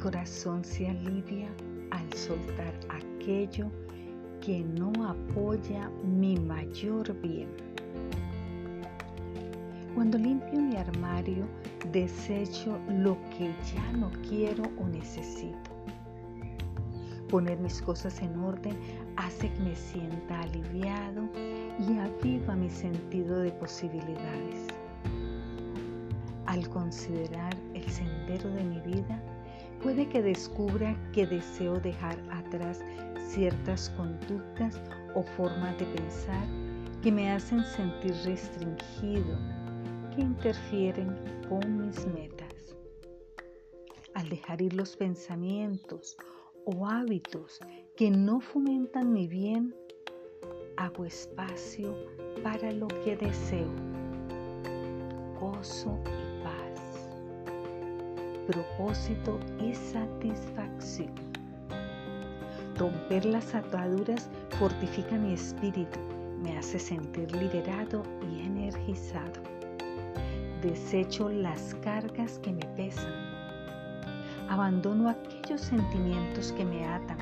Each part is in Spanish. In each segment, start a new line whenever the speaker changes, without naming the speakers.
corazón se alivia al soltar aquello que no apoya mi mayor bien. Cuando limpio mi armario, desecho lo que ya no quiero o necesito. Poner mis cosas en orden hace que me sienta aliviado y aviva mi sentido de posibilidades. Al considerar el sendero de mi vida, puede que descubra que deseo dejar atrás ciertas conductas o formas de pensar que me hacen sentir restringido, que interfieren con mis metas. Al dejar ir los pensamientos o hábitos que no fomentan mi bien, hago espacio para lo que deseo: gozo y paz, propósito y satisfacción. Romper las ataduras fortifica mi espíritu, me hace sentir liberado y energizado. Desecho las cargas que me pesan. Abandono aquellos sentimientos que me atan.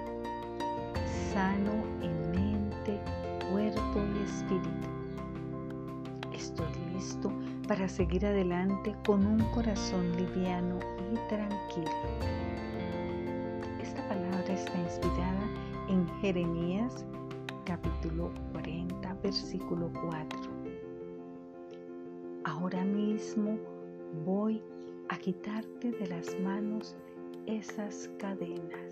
Sano en mente, cuerpo y espíritu. Estoy listo para seguir adelante con un corazón liviano y tranquilo. Esta palabra está inspirada en Jeremías capítulo 40, versículo 4. Ahora mismo voy a quitarte de las manos esas cadenas.